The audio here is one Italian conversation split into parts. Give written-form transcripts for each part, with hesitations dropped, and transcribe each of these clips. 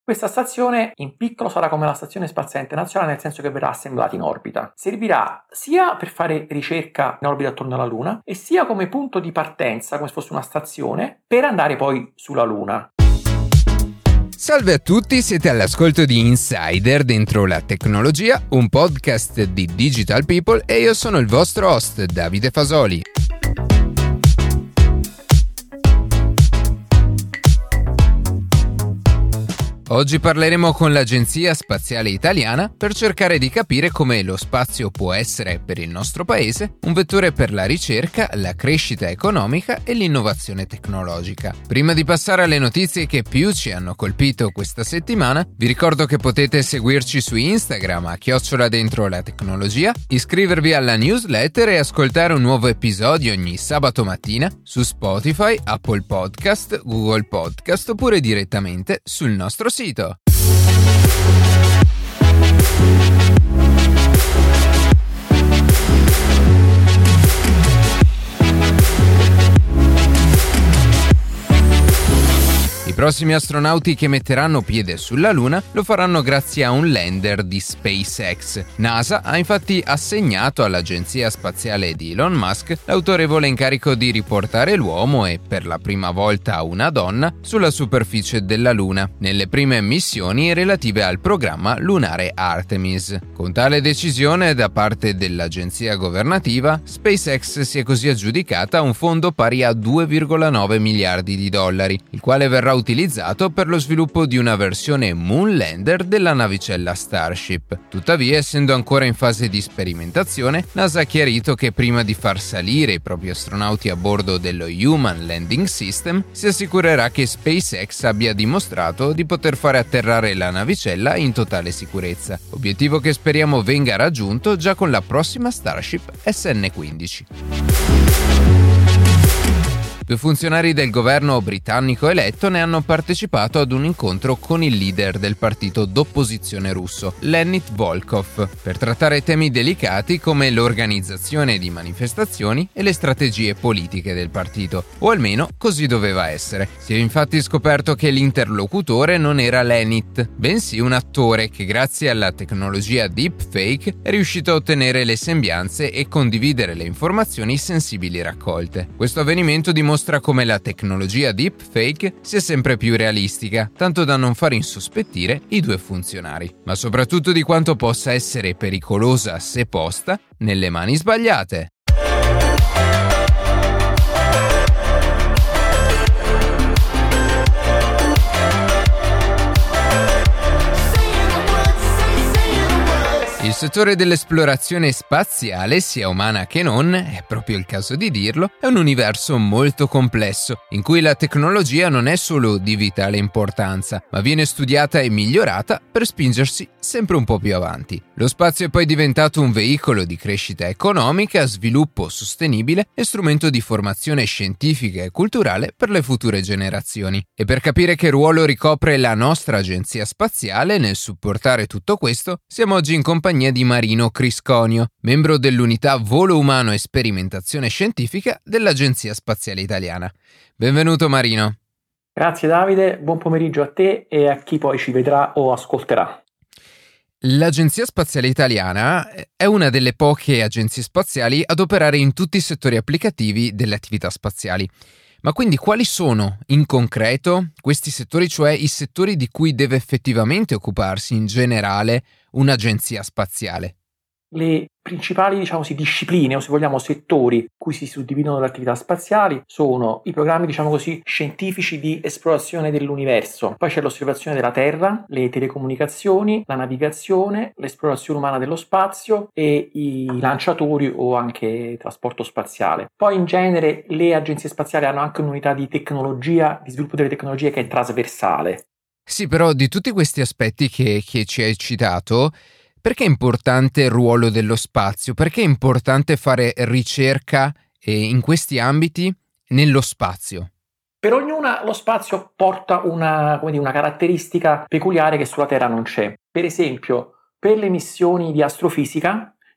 Questa stazione in piccolo sarà come la Stazione Spaziale Internazionale, nel senso che verrà assemblata in orbita. Servirà sia per fare ricerca in orbita attorno alla Luna e sia come punto di partenza, come se fosse una stazione, per andare poi sulla Luna. Salve a tutti, siete all'ascolto di Insider dentro la tecnologia, un podcast di Digital People e io sono il vostro host Davide Fasoli. Oggi parleremo con l'Agenzia Spaziale Italiana per cercare di capire come lo spazio può essere per il nostro paese un vettore per la ricerca, la crescita economica e l'innovazione tecnologica. Prima di passare alle notizie che più ci hanno colpito questa settimana, vi ricordo che potete seguirci su Instagram a @dentro-la-tecnologia, iscrivervi alla newsletter e ascoltare un nuovo episodio ogni sabato mattina su Spotify, Apple Podcast, Google Podcast oppure direttamente sul nostro sito. I prossimi astronauti che metteranno piede sulla Luna lo faranno grazie a un lander di SpaceX. NASA ha infatti assegnato all'agenzia spaziale di Elon Musk l'autorevole incarico di riportare l'uomo e per la prima volta una donna sulla superficie della Luna, nelle prime missioni relative al programma lunare Artemis. Con tale decisione da parte dell'agenzia governativa, SpaceX si è così aggiudicata un fondo pari a $2,9 miliardi, il quale verrà utilizzato per lo sviluppo di una versione Moonlander della navicella Starship. Tuttavia, essendo ancora in fase di sperimentazione, NASA ha chiarito che prima di far salire i propri astronauti a bordo dello Human Landing System, si assicurerà che SpaceX abbia dimostrato di poter fare atterrare la navicella in totale sicurezza, obiettivo che speriamo venga raggiunto già con la prossima Starship SN15. Due funzionari del governo britannico eletto ne hanno partecipato ad un incontro con il leader del partito d'opposizione russo, Leonid Volkov, per trattare temi delicati come l'organizzazione di manifestazioni e le strategie politiche del partito, o almeno così doveva essere. Si è infatti scoperto che l'interlocutore non era Leonid, bensì un attore che grazie alla tecnologia deepfake è riuscito a ottenere le sembianze e condividere le informazioni sensibili raccolte. Questo avvenimento dimostra come la tecnologia deepfake sia sempre più realistica, tanto da non far insospettire i due funzionari, ma soprattutto di quanto possa essere pericolosa se posta nelle mani sbagliate. Il settore dell'esplorazione spaziale, sia umana che non, è proprio il caso di dirlo, è un universo molto complesso, in cui la tecnologia non è solo di vitale importanza, ma viene studiata e migliorata per spingersi sempre un po' più avanti. Lo spazio è poi diventato un veicolo di crescita economica, sviluppo sostenibile e strumento di formazione scientifica e culturale per le future generazioni. E per capire che ruolo ricopre la nostra agenzia spaziale nel supportare tutto questo, siamo oggi in compagnia di Marino Crisconio, membro dell'unità Volo Umano e Sperimentazione Scientifica dell'Agenzia Spaziale Italiana. Benvenuto Marino. Grazie Davide, buon pomeriggio a te e a chi poi ci vedrà o ascolterà. L'Agenzia Spaziale Italiana è una delle poche agenzie spaziali ad operare in tutti i settori applicativi delle attività spaziali. Ma quindi quali sono, in concreto, questi settori, cioè i settori di cui deve effettivamente occuparsi in generale un'agenzia spaziale? Le principali, discipline o se vogliamo settori cui si suddividono le attività spaziali sono i programmi, scientifici di esplorazione dell'universo. Poi c'è l'osservazione della Terra, le telecomunicazioni, la navigazione, l'esplorazione umana dello spazio e i lanciatori o anche trasporto spaziale. Poi in genere le agenzie spaziali hanno anche un'unità di tecnologia, di sviluppo delle tecnologie che è trasversale. Sì, però di tutti questi aspetti che ci hai citato, perché è importante il ruolo dello spazio? Perché è importante fare ricerca in questi ambiti nello spazio? Per ognuna lo spazio porta una caratteristica peculiare che sulla Terra non c'è. Per esempio, per le missioni di astrofisica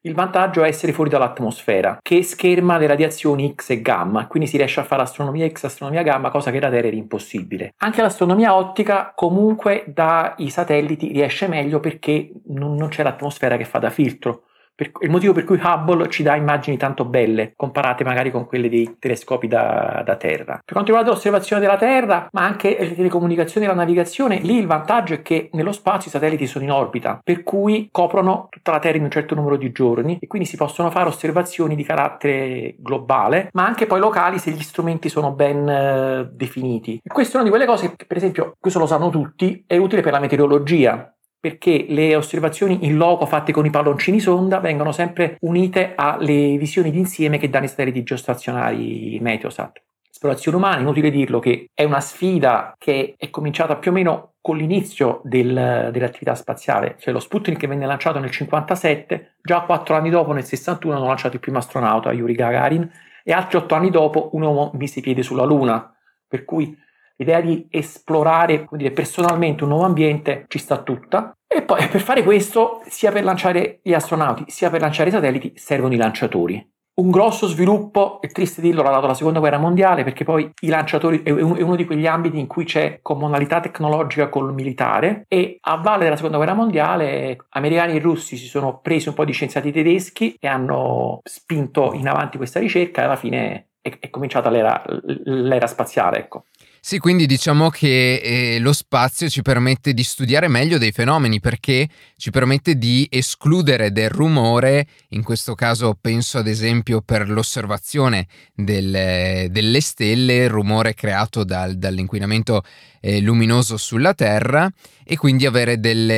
Il vantaggio è essere fuori dall'atmosfera, che scherma le radiazioni X e gamma, quindi si riesce a fare astronomia X, astronomia gamma, cosa che da Terra era impossibile. Anche l'astronomia ottica comunque dai satelliti riesce meglio perché non c'è l'atmosfera che fa da filtro. Il motivo per cui Hubble ci dà immagini tanto belle comparate magari con quelle dei telescopi da Terra. Per quanto riguarda l'osservazione della Terra, ma anche le telecomunicazioni e la navigazione, lì il vantaggio è che nello spazio i satelliti sono in orbita, per cui coprono tutta la Terra in un certo numero di giorni e quindi si possono fare osservazioni di carattere globale, ma anche poi locali se gli strumenti sono ben definiti. E questa è una di quelle cose che, per esempio, questo lo sanno tutti, è utile per la meteorologia, perché le osservazioni in loco fatte con i palloncini sonda vengono sempre unite alle visioni d'insieme che danno i satelliti geostazionari Meteosat. Esplorazione umana, inutile dirlo che è una sfida che è cominciata più o meno con l'inizio dell'attività spaziale, cioè lo Sputnik che venne lanciato nel 1957, già 4 anni dopo, nel 1961, hanno lanciato il primo astronauta, Yuri Gagarin, e altri 8 anni dopo un uomo mise i piedi sulla Luna, per cui l'idea di esplorare, come dire, personalmente un nuovo ambiente ci sta tutta. E poi per fare questo, sia per lanciare gli astronauti, sia per lanciare i satelliti, servono i lanciatori. Un grosso sviluppo, è triste dirlo, l'ha dato la seconda guerra mondiale, perché poi i lanciatori è uno di quegli ambiti in cui c'è comunalità tecnologica col militare, e a valle della seconda guerra mondiale americani e russi si sono presi un po' di scienziati tedeschi e hanno spinto in avanti questa ricerca, e alla fine è cominciata l'era spaziale, ecco. Sì, quindi diciamo che lo spazio ci permette di studiare meglio dei fenomeni, perché ci permette di escludere del rumore, in questo caso penso ad esempio per l'osservazione delle stelle, il rumore creato dall'inquinamento luminoso sulla Terra, e quindi avere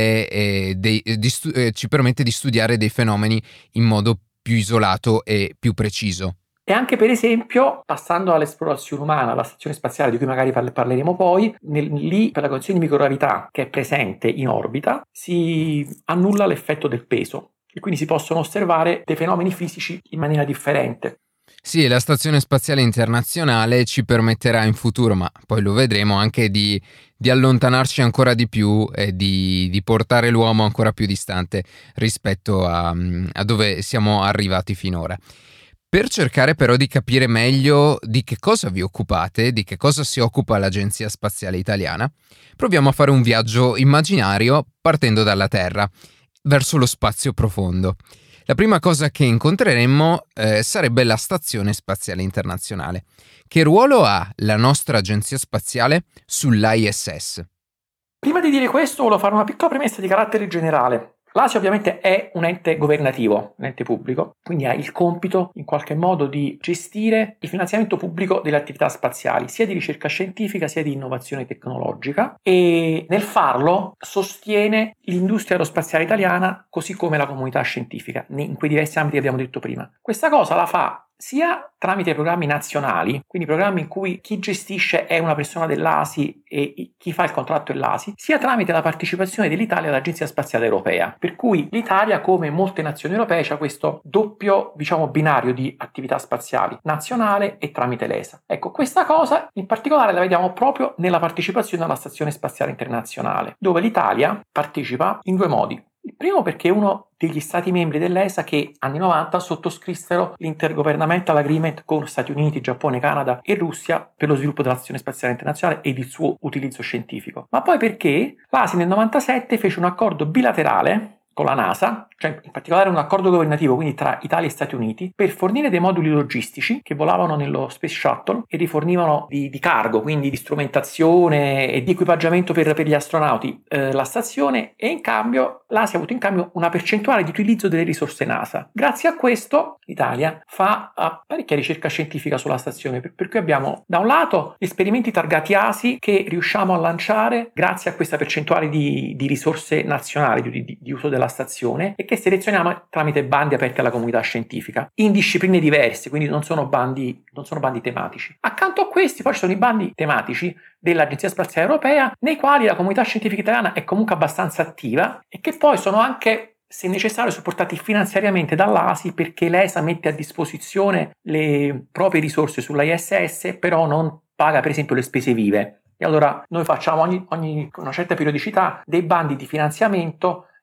ci permette di studiare dei fenomeni in modo più isolato e più preciso. E anche, per esempio, passando all'esplorazione umana, alla stazione spaziale di cui magari parleremo poi, lì per la condizione di microgravità che è presente in orbita si annulla l'effetto del peso e quindi si possono osservare dei fenomeni fisici in maniera differente. Sì, la Stazione Spaziale Internazionale ci permetterà in futuro, ma poi lo vedremo, anche di allontanarci ancora di più e di portare l'uomo ancora più distante rispetto a dove siamo arrivati finora. Per cercare però di capire meglio di che cosa vi occupate, di che cosa si occupa l'Agenzia Spaziale Italiana, proviamo a fare un viaggio immaginario partendo dalla Terra, verso lo spazio profondo. La prima cosa che incontreremmo sarebbe la Stazione Spaziale Internazionale. Che ruolo ha la nostra Agenzia Spaziale sull'ISS? Prima di dire questo, volevo fare una piccola premessa di carattere generale. L'ASI ovviamente è un ente governativo, un ente pubblico, quindi ha il compito in qualche modo di gestire il finanziamento pubblico delle attività spaziali, sia di ricerca scientifica sia di innovazione tecnologica, e nel farlo sostiene l'industria aerospaziale italiana così come la comunità scientifica, in quei diversi ambiti che abbiamo detto prima. Questa cosa la fa sia tramite programmi nazionali, quindi programmi in cui chi gestisce è una persona dell'ASI e chi fa il contratto è l'ASI, sia tramite la partecipazione dell'Italia all'Agenzia Spaziale Europea, per cui l'Italia, come molte nazioni europee, ha questo doppio, binario di attività spaziali, nazionale e tramite l'ESA. Ecco, questa cosa in particolare la vediamo proprio nella partecipazione alla Stazione Spaziale Internazionale, dove l'Italia partecipa in 2 modi. Il primo perché è uno degli stati membri dell'ESA che anni 90 sottoscrissero l'Intergovernmental Agreement con Stati Uniti, Giappone, Canada e Russia per lo sviluppo della Stazione Spaziale Internazionale ed il suo utilizzo scientifico. Ma poi perché l'ASI nel 97 fece un accordo bilaterale con la NASA, cioè in particolare un accordo governativo, quindi tra Italia e Stati Uniti, per fornire dei moduli logistici che volavano nello Space Shuttle e rifornivano di cargo, quindi di strumentazione e di equipaggiamento per gli astronauti la stazione, e in cambio l'ASI ha avuto in cambio una percentuale di utilizzo delle risorse NASA. Grazie a questo l'Italia fa parecchia ricerca scientifica sulla stazione, per cui abbiamo da un lato gli esperimenti targati ASI che riusciamo a lanciare grazie a questa percentuale di risorse nazionali di uso della stazione, e che selezioniamo tramite bandi aperti alla comunità scientifica in discipline diverse, quindi non sono bandi tematici. Accanto a questi poi ci sono i bandi tematici dell'Agenzia Spaziale Europea, nei quali la comunità scientifica italiana è comunque abbastanza attiva e che poi sono anche, se necessario, supportati finanziariamente dall'ASI, perché l'ESA mette a disposizione le proprie risorse sulla ISS, però non paga per esempio le spese vive. E allora noi facciamo ogni una certa periodicità dei bandi di finanziamento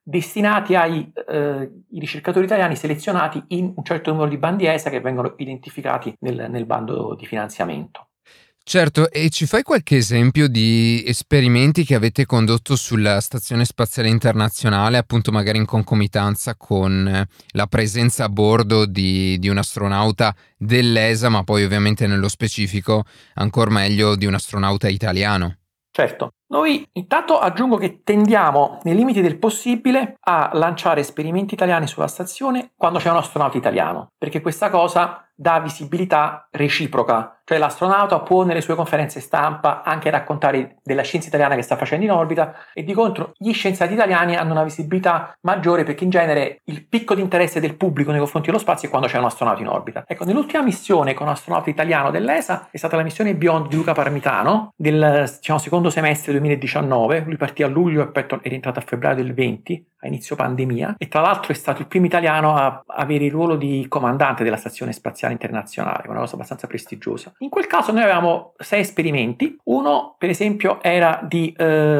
destinati ai i ricercatori italiani selezionati in un certo numero di bandi ESA che vengono identificati nel bando di finanziamento. Certo, e ci fai qualche esempio di esperimenti che avete condotto sulla Stazione Spaziale Internazionale, appunto magari in concomitanza con la presenza a bordo di un astronauta dell'ESA, ma poi ovviamente nello specifico ancor meglio di un astronauta italiano? Certo, noi intanto aggiungo che tendiamo, nei limiti del possibile, a lanciare esperimenti italiani sulla stazione quando c'è un astronauta italiano, perché questa cosa dà visibilità reciproca, cioè l'astronauta può nelle sue conferenze stampa anche raccontare della scienza italiana che sta facendo in orbita e di contro gli scienziati italiani hanno una visibilità maggiore perché in genere il picco di interesse del pubblico nei confronti dello spazio è quando c'è un astronauta in orbita. Ecco, nell'ultima missione con un astronauta italiano dell'ESA è stata la missione Beyond di Luca Parmitano del secondo semestre 2019, lui partì a luglio e poi è rientrato a febbraio del 20, a inizio pandemia, e tra l'altro è stato il primo italiano a avere il ruolo di comandante della Stazione Spaziale Internazionale, una cosa abbastanza prestigiosa. In quel caso noi avevamo 6 esperimenti, uno per esempio era di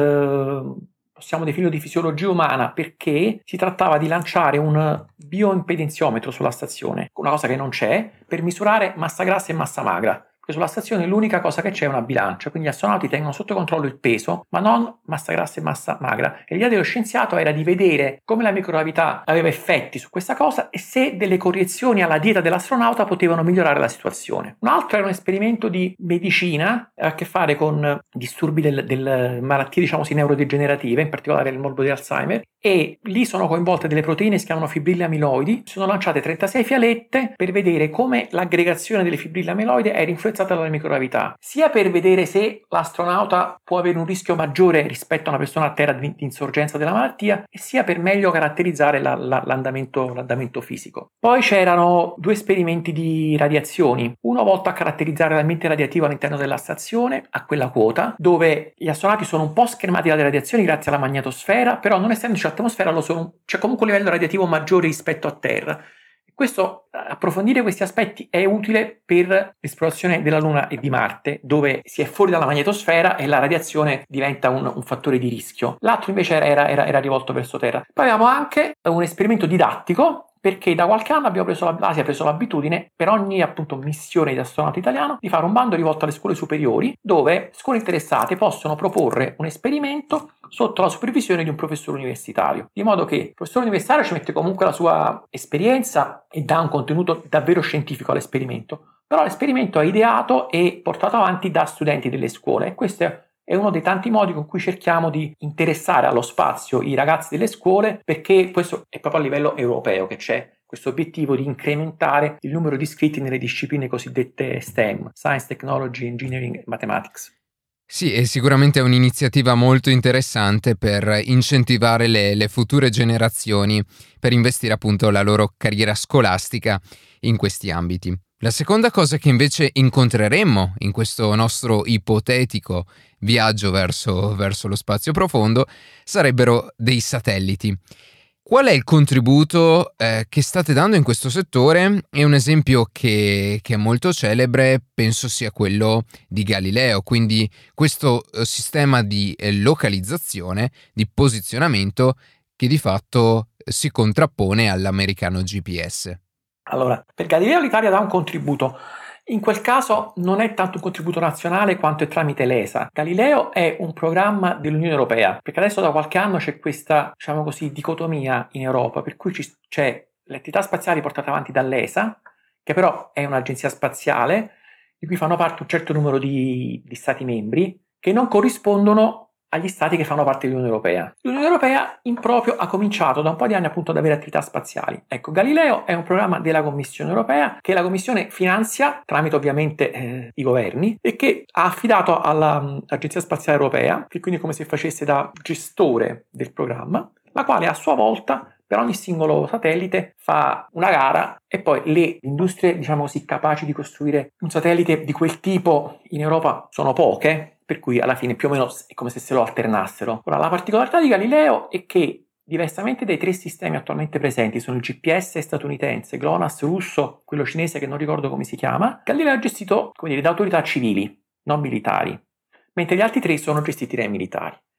possiamo definirlo di fisiologia umana perché si trattava di lanciare un bioimpedenziometro sulla stazione, una cosa che non c'è, per misurare massa grassa e massa magra. Perché sulla stazione l'unica cosa che c'è è una bilancia, quindi gli astronauti tengono sotto controllo il peso, ma non massa grassa e massa magra. E l'idea dello scienziato era di vedere come la microgravità aveva effetti su questa cosa e se delle correzioni alla dieta dell'astronauta potevano migliorare la situazione. Un altro era un esperimento di medicina, aveva a che fare con disturbi delle malattie, diciamo così, neurodegenerative, in particolare il morbo di Alzheimer, e lì sono coinvolte delle proteine che si chiamano fibrille amiloidi. Sono lanciate 36 fialette per vedere come l'aggregazione delle fibrille amiloidi era influenzata dalla microgravità, sia per vedere se l'astronauta può avere un rischio maggiore rispetto a una persona a terra di insorgenza della malattia, e sia per meglio caratterizzare l'andamento fisico. Poi c'erano 2 esperimenti di radiazioni, uno volto a caratterizzare l'ambiente radiativo all'interno della stazione a quella quota, dove gli astronauti sono un po' schermati dalle radiazioni grazie alla magnetosfera, però non essendoci atmosfera c'è comunque un livello radiativo maggiore rispetto a terra. Questo, approfondire questi aspetti è utile per l'esplorazione della Luna e di Marte, dove si è fuori dalla magnetosfera e la radiazione diventa un fattore di rischio. L'altro invece era rivolto verso Terra. Poi abbiamo anche un esperimento didattico, perché da qualche anno l'Asia ha preso l'abitudine, per ogni appunto missione di astronauta italiano, di fare un bando rivolto alle scuole superiori, dove scuole interessate possono proporre un esperimento sotto la supervisione di un professore universitario, di modo che il professore universitario ci mette comunque la sua esperienza e dà un contenuto davvero scientifico all'esperimento, però l'esperimento è ideato e portato avanti da studenti delle scuole, e questo è uno dei tanti modi con cui cerchiamo di interessare allo spazio i ragazzi delle scuole, perché questo è proprio a livello europeo che c'è questo obiettivo di incrementare il numero di iscritti nelle discipline cosiddette STEM, Science, Technology, Engineering e Mathematics. Sì, e sicuramente è un'iniziativa molto interessante per incentivare le future generazioni per investire appunto la loro carriera scolastica in questi ambiti. La seconda cosa che invece incontreremmo in questo nostro ipotetico viaggio verso lo spazio profondo sarebbero dei satelliti. Qual è il contributo che state dando in questo settore? E un esempio che è molto celebre penso sia quello di Galileo, quindi questo sistema di localizzazione, di posizionamento che di fatto si contrappone all'americano GPS. Allora, per Galileo l'Italia dà un contributo. In quel caso non è tanto un contributo nazionale quanto è tramite l'ESA. Galileo è un programma dell'Unione Europea, perché adesso da qualche anno c'è questa, diciamo così, dicotomia in Europa, per cui c'è le attività spaziali portate avanti dall'ESA, che però è un'agenzia spaziale, di cui fanno parte un certo numero di stati membri, che non corrispondono agli stati che fanno parte dell'Unione Europea. L'Unione Europea in proprio ha cominciato da un po' di anni appunto ad avere attività spaziali. Ecco, Galileo è un programma della Commissione Europea che la Commissione finanzia tramite ovviamente i governi e che ha affidato all'Agenzia Spaziale Europea, che quindi è come se facesse da gestore del programma, la quale a sua volta per ogni singolo satellite fa una gara e poi le industrie, diciamo così, capaci di costruire un satellite di quel tipo in Europa sono poche, per cui alla fine più o meno è come se se lo alternassero. Ora, la particolarità di Galileo è che, diversamente dai 3 sistemi attualmente presenti, sono il GPS statunitense, GLONASS russo, quello cinese che non ricordo come si chiama, Galileo è gestito, come dire, da autorità civili, non militari, mentre gli altri 3 sono gestiti dai militari.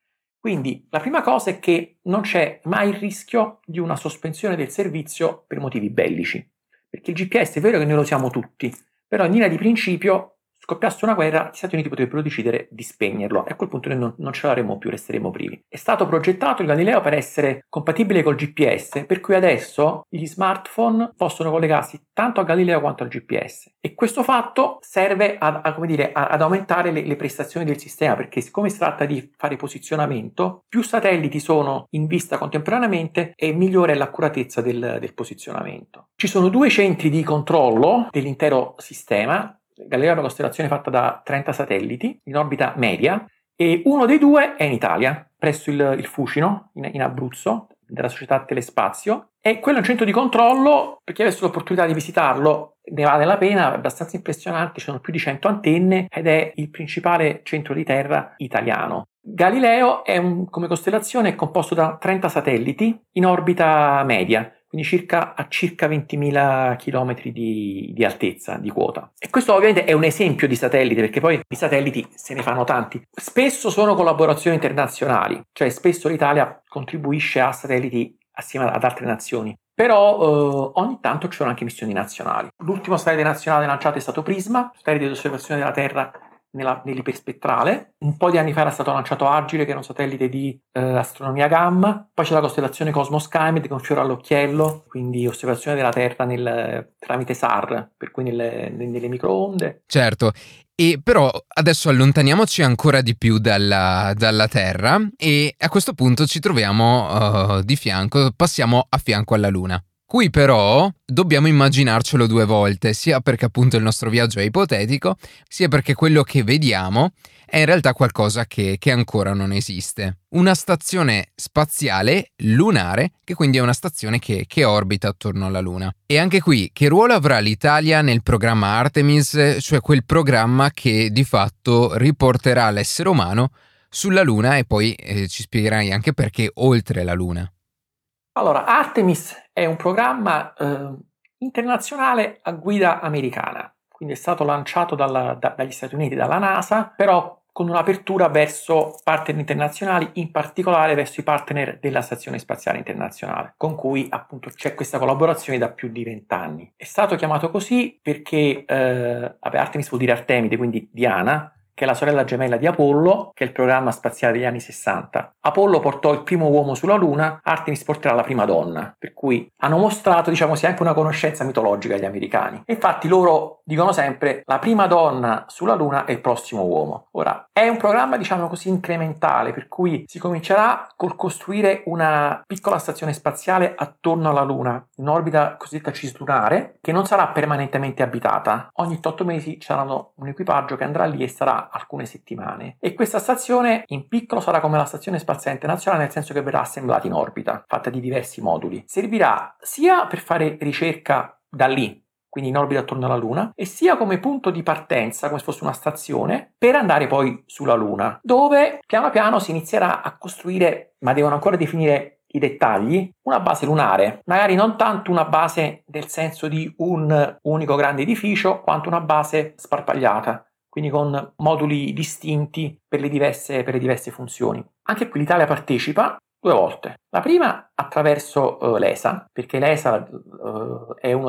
Quindi la prima cosa è che non c'è mai il rischio di una sospensione del servizio per motivi bellici, perché il GPS è vero che noi lo usiamo tutti, però in linea di principio, scoppiasse una guerra, gli Stati Uniti potrebbero decidere di spegnerlo e a quel punto noi non ce l'avremo più, resteremo privi. È stato progettato il Galileo per essere compatibile col GPS, per cui adesso gli smartphone possono collegarsi tanto a Galileo quanto al GPS, e questo fatto serve ad aumentare le prestazioni del sistema, perché siccome si tratta di fare posizionamento, più satelliti sono in vista contemporaneamente e migliore è l'accuratezza del posizionamento. Ci sono 2 centri di controllo dell'intero sistema. Galileo è una costellazione fatta da 30 satelliti in orbita media e uno dei 2 è in Italia, presso il Fucino, in Abruzzo, della società Telespazio, e quello è un centro di controllo, per chi avesse l'opportunità di visitarlo ne vale la pena, è abbastanza impressionante, ci sono più di 100 antenne ed è il principale centro di terra italiano. Galileo come costellazione è composto da 30 satelliti in orbita media, quindi a circa 20.000 km di altezza, di quota. E questo ovviamente è un esempio di satellite, perché poi i satelliti se ne fanno tanti. Spesso sono collaborazioni internazionali, cioè spesso l'Italia contribuisce a satelliti assieme ad altre nazioni. Però ogni tanto ci sono anche missioni nazionali. L'ultimo satellite nazionale lanciato è stato Prisma, satellite di osservazione della Terra nell'iperspettrale. Un po' di anni fa era stato lanciato Agile, che era un satellite di astronomia gamma. Poi c'è la costellazione Cosmos Skymed con fiore all'occhiello, quindi osservazione della Terra tramite SAR, per cui nelle microonde. Certo, e però adesso allontaniamoci ancora di più dalla Terra e a questo punto ci troviamo di fianco, passiamo a fianco alla Luna. Qui però dobbiamo immaginarcelo 2 volte, sia perché appunto il nostro viaggio è ipotetico, sia perché quello che vediamo è in realtà qualcosa che ancora non esiste. Una stazione spaziale lunare, che quindi è una stazione che orbita attorno alla Luna. E anche qui, che ruolo avrà l'Italia nel programma Artemis, cioè quel programma che di fatto riporterà l'essere umano sulla Luna, e poi ci spiegherai anche perché oltre la Luna. Allora, Artemis è un programma internazionale a guida americana, quindi è stato lanciato dagli Stati Uniti, dalla NASA, però con un'apertura verso partner internazionali, in particolare verso i partner della Stazione Spaziale Internazionale, con cui appunto c'è questa collaborazione da più di 20 anni. È stato chiamato così perché Artemis vuol dire Artemide, quindi Diana, che è la sorella gemella di Apollo, che è il programma spaziale degli anni 60. Apollo portò il primo uomo sulla Luna, Artemis porterà la prima donna, per cui hanno mostrato, diciamo, sia anche una conoscenza mitologica agli americani. E infatti loro dicono sempre la prima donna sulla Luna è il prossimo uomo. Ora, è un programma, diciamo così, incrementale, per cui si comincerà col costruire una piccola stazione spaziale attorno alla Luna, in orbita cosiddetta cislunare, che non sarà permanentemente abitata. Ogni 8 mesi ci sarà un equipaggio che andrà lì e sarà alcune settimane, e questa stazione in piccolo sarà come la Stazione Spaziale Internazionale, nel senso che verrà assemblata in orbita, fatta di diversi moduli. Servirà sia per fare ricerca da lì, quindi in orbita attorno alla Luna, e sia come punto di partenza, come se fosse una stazione, per andare poi sulla Luna, dove piano piano si inizierà a costruire, ma devono ancora definire i dettagli, una base lunare, magari non tanto una base nel senso di un unico grande edificio, quanto una base sparpagliata, quindi con moduli distinti per le diverse funzioni. Anche qui l'Italia partecipa 2 volte. La prima attraverso l'ESA, perché l'ESA è uno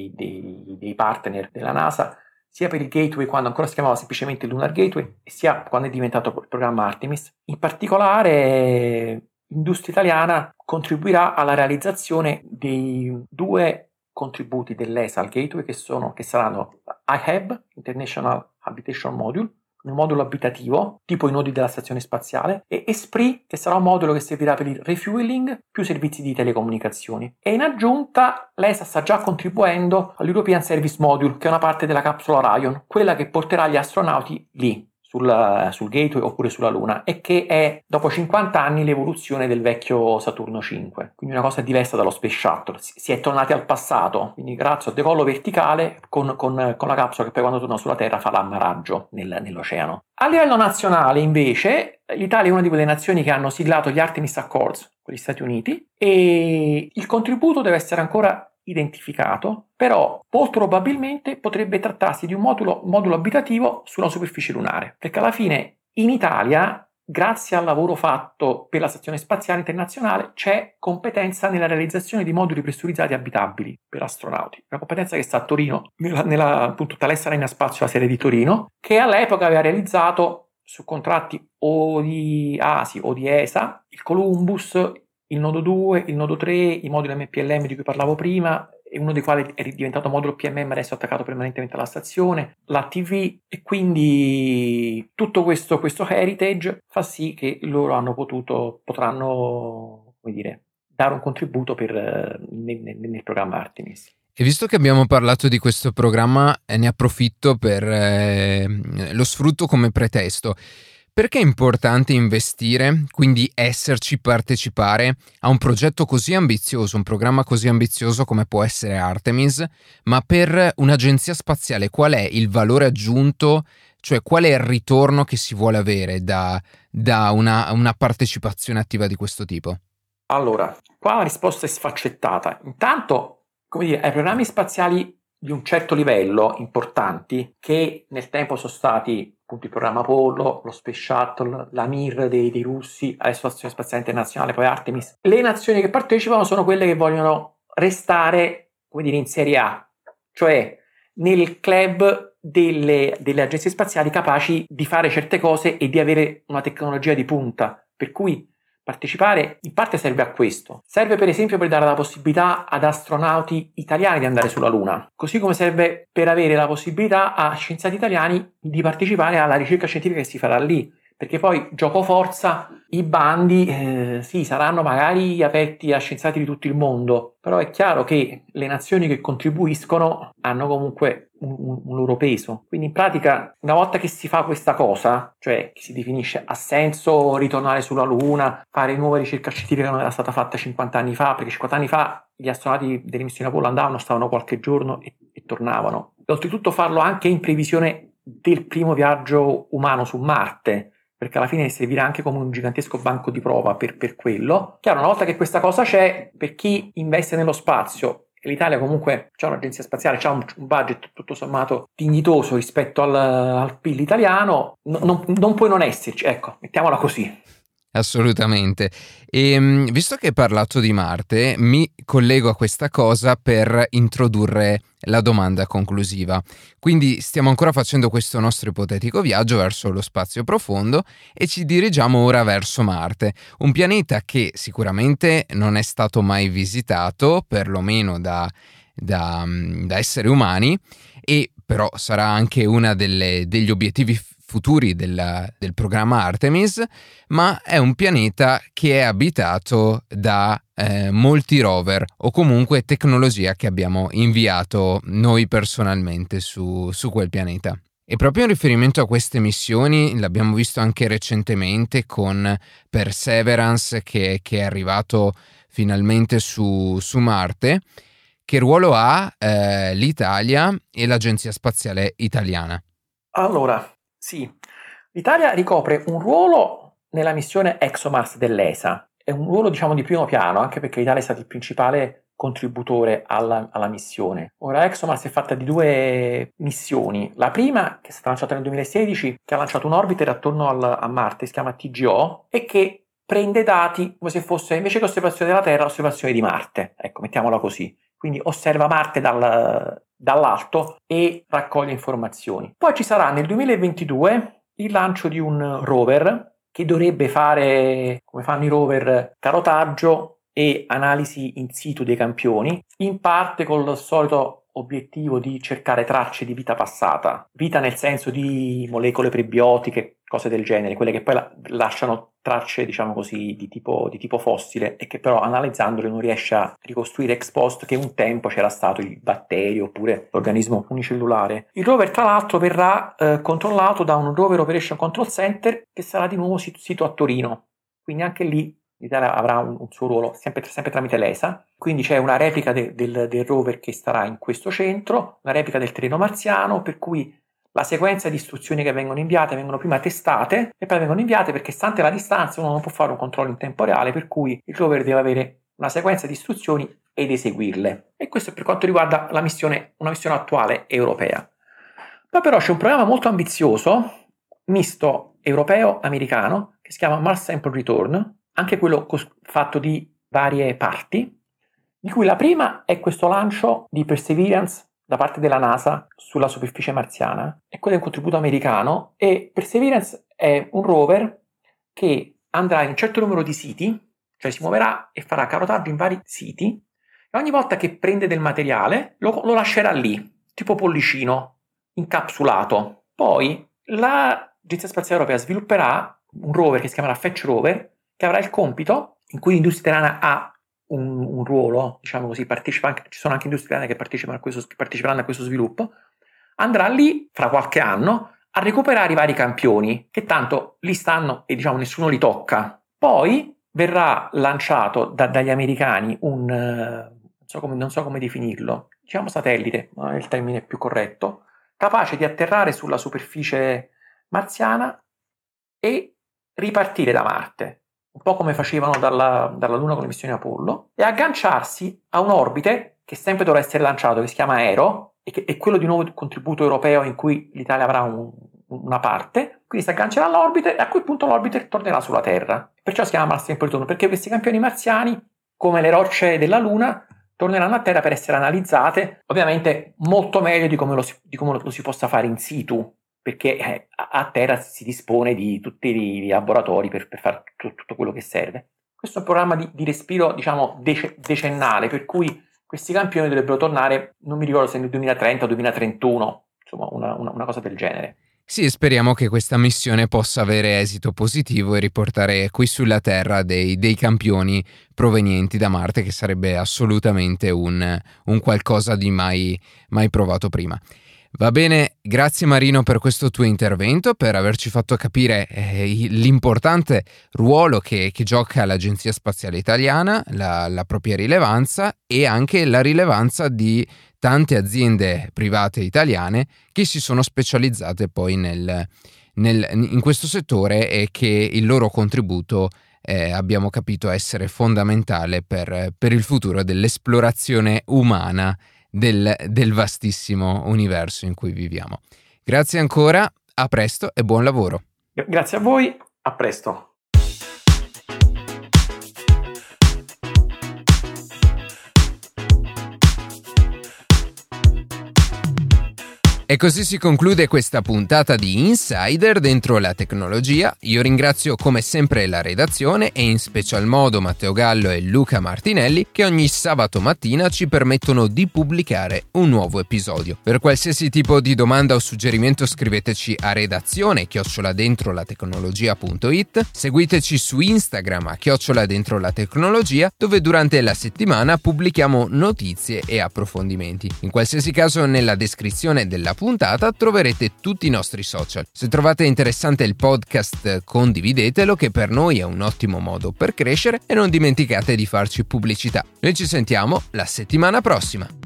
dei partner della NASA, sia per il Gateway, quando ancora si chiamava semplicemente Lunar Gateway, sia quando è diventato il programma Artemis. In particolare, l'industria italiana contribuirà alla realizzazione dei 2 contributi dell'ESA al Gateway, che saranno IHAB, International Habitation Module, un modulo abitativo tipo i nodi della stazione spaziale, e ESPRIT, che sarà un modulo che servirà per il refueling più servizi di telecomunicazioni. E in aggiunta l'ESA sta già contribuendo all'European Service Module, che è una parte ddella capsula Orion, quella che porterà gli astronauti lì sul Gateway oppure sulla Luna, e che è dopo 50 anni l'evoluzione del vecchio Saturno 5, quindi una cosa diversa dallo Space Shuttle. Si è tornati al passato, quindi grazie al decollo verticale con la capsula che poi quando torna sulla Terra fa l'ammaraggio nell'oceano. A livello nazionale invece l'Italia è una di quelle nazioni che hanno siglato gli Artemis Accords con gli Stati Uniti, e il contributo deve essere ancora identificato, però molto probabilmente potrebbe trattarsi di un modulo abitativo sulla superficie lunare, perché alla fine in Italia grazie al lavoro fatto per la Stazione Spaziale Internazionale c'è competenza nella realizzazione di moduli pressurizzati abitabili per astronauti. Una competenza che sta a Torino, appunto Thales Alenia Spazio, la sede di Torino, che all'epoca aveva realizzato su contratti o di ASI o di ESA il Columbus, il nodo 2, il nodo 3, i moduli MPLM di cui parlavo prima, e uno dei quali è diventato modulo PMM, adesso attaccato permanentemente alla stazione, l'ATV, e quindi tutto questo heritage fa sì che loro potranno, come dire, dare un contributo nel programma Artemis. E visto che abbiamo parlato di questo programma, ne approfitto per lo sfrutto come pretesto. Perché è importante investire, quindi partecipare a un progetto così ambizioso, un programma così ambizioso come può essere Artemis, ma per un'agenzia spaziale qual è il valore aggiunto, cioè qual è il ritorno che si vuole avere da una partecipazione attiva di questo tipo? Allora, qua la risposta è sfaccettata. Intanto, come dire, ai programmi spaziali di un certo livello, importanti, che nel tempo sono stati appunto il programma Apollo, lo Space Shuttle, la Mir dei russi, adesso la Stazione Spaziale Internazionale, poi Artemis. Le nazioni che partecipano sono quelle che vogliono restare, come dire, in Serie A, cioè nel club delle agenzie spaziali capaci di fare certe cose e di avere una tecnologia di punta, per cui partecipare in parte serve a questo. Serve per esempio per dare la possibilità ad astronauti italiani di andare sulla Luna, così come serve per avere la possibilità a scienziati italiani di partecipare alla ricerca scientifica che si farà lì, perché poi gioco forza i bandi sì, saranno magari aperti a scienziati di tutto il mondo, però è chiaro che le nazioni che contribuiscono hanno comunque un loro peso. Quindi in pratica, una volta che si fa questa cosa, cioè che si definisce ha senso ritornare sulla Luna, fare nuova ricerca scientifica che non era stata fatta 50 anni fa, perché 50 anni fa gli astronauti delle missioni Apollo andavano, stavano qualche giorno e tornavano. E oltretutto farlo anche in previsione del primo viaggio umano su Marte, perché alla fine servirà anche come un gigantesco banco di prova per quello. Chiaro, una volta che questa cosa c'è, per chi investe nello spazio, e l'Italia comunque c'è un'agenzia spaziale, c'ha un budget tutto sommato dignitoso rispetto al PIL italiano, non puoi non esserci, ecco, mettiamola così. Assolutamente. E visto che hai parlato di Marte, mi collego a questa cosa per introdurre la domanda conclusiva. Quindi stiamo ancora facendo questo nostro ipotetico viaggio verso lo spazio profondo e ci dirigiamo ora verso Marte, un pianeta che sicuramente non è stato mai visitato, perlomeno da esseri umani, e però sarà anche una degli obiettivi futuri del programma Artemis, ma è un pianeta che è abitato da molti rover o comunque tecnologia che abbiamo inviato noi personalmente su quel pianeta. E proprio in riferimento a queste missioni, l'abbiamo visto anche recentemente con Perseverance che è arrivato finalmente su Marte. Che ruolo ha l'Italia e l'Agenzia Spaziale Italiana? Allora, sì, l'Italia ricopre un ruolo nella missione ExoMars dell'ESA. È un ruolo, diciamo, di primo piano, anche perché l'Italia è stato il principale contributore alla missione. Ora, ExoMars è fatta di due missioni. La prima, che è stata lanciata nel 2016, che ha lanciato un orbiter attorno a Marte, si chiama TGO, e che prende dati come se fosse, invece che osservazione della Terra, osservazione di Marte. Ecco, mettiamola così. Quindi osserva Marte dall'alto e raccoglie informazioni. Poi ci sarà nel 2022 il lancio di un rover che dovrebbe fare, come fanno i rover, carotaggio e analisi in situ dei campioni, in parte con il solito obiettivo di cercare tracce di vita passata, vita nel senso di molecole prebiotiche, cose del genere, quelle che poi lasciano tracce, diciamo così, di tipo fossile e che però analizzandole non riesce a ricostruire ex post che un tempo c'era stato il batterio oppure l'organismo unicellulare. Il rover tra l'altro verrà controllato da un Rover Operation Control Center che sarà di nuovo sito a Torino, quindi anche lì l'Italia avrà un suo ruolo sempre tramite l'ESA, quindi c'è una replica del rover che starà in questo centro, una replica del terreno marziano, per cui la sequenza di istruzioni che vengono inviate vengono prima testate e poi vengono inviate perché, stante la distanza, uno non può fare un controllo in tempo reale, per cui il rover deve avere una sequenza di istruzioni ed eseguirle. E questo è per quanto riguarda una missione attuale europea. Poi però c'è un programma molto ambizioso, misto europeo-americano che si chiama Mars Sample Return, anche quello fatto di varie parti, di cui la prima è questo lancio di Perseverance da parte della NASA sulla superficie marziana, e quello è un contributo americano, e Perseverance è un rover che andrà in un certo numero di siti, cioè si muoverà e farà carotaggio in vari siti, e ogni volta che prende del materiale lo lascerà lì, tipo pollicino, incapsulato. Poi l'Agenzia Spaziale Europea svilupperà un rover che si chiamerà Fetch Rover, che avrà il compito, in cui l'industria italiana ha un ruolo, diciamo così, ci sono anche industrie italiane che parteciperanno a questo sviluppo, andrà lì fra qualche anno a recuperare i vari campioni, che tanto lì stanno e diciamo nessuno li tocca. Poi verrà lanciato dagli americani non so come definirlo, diciamo satellite, non è il termine più corretto, capace di atterrare sulla superficie marziana e ripartire da Marte, un po' come facevano dalla Luna con le missioni Apollo, e agganciarsi a un orbite che sempre dovrà essere lanciato, che si chiama Aero, e che è quello di nuovo contributo europeo in cui l'Italia avrà una parte, quindi si aggancerà all'orbite e a quel punto l'orbite tornerà sulla Terra. Perciò si chiama Mars Sample Return, perché questi campioni marziani, come le rocce della Luna, torneranno a Terra per essere analizzate, ovviamente molto meglio di come lo si possa fare in situ, perché a Terra si dispone di tutti i laboratori per fare tutto quello che serve. Questo è un programma di respiro, diciamo, decennale, per cui questi campioni dovrebbero tornare, non mi ricordo se nel 2030 o 2031, insomma una cosa del genere. Sì, speriamo che questa missione possa avere esito positivo e riportare qui sulla Terra dei campioni provenienti da Marte, che sarebbe assolutamente un qualcosa di mai provato prima. Va bene, grazie Marino per questo tuo intervento, per averci fatto capire l'importante ruolo che gioca l'Agenzia Spaziale Italiana, la propria rilevanza e anche la rilevanza di tante aziende private italiane che si sono specializzate poi in questo settore e che il loro contributo abbiamo capito essere fondamentale per il futuro dell'esplorazione umana del vastissimo universo in cui viviamo. Grazie ancora, a presto e buon lavoro. Grazie a voi, a presto. E così si conclude questa puntata di Insider dentro la tecnologia. Io ringrazio come sempre la redazione e in special modo Matteo Gallo e Luca Martinelli, che ogni sabato mattina ci permettono di pubblicare un nuovo episodio. Per qualsiasi tipo di domanda o suggerimento scriveteci a redazione@dentrolatecnologia.it, seguiteci su Instagram @dentrolatecnologia, dove durante la settimana pubblichiamo notizie e approfondimenti. In qualsiasi caso, nella descrizione della puntata troverete tutti i nostri social. Se trovate interessante il podcast, condividetelo, che per noi è un ottimo modo per crescere, e non dimenticate di farci pubblicità. Noi ci sentiamo la settimana prossima.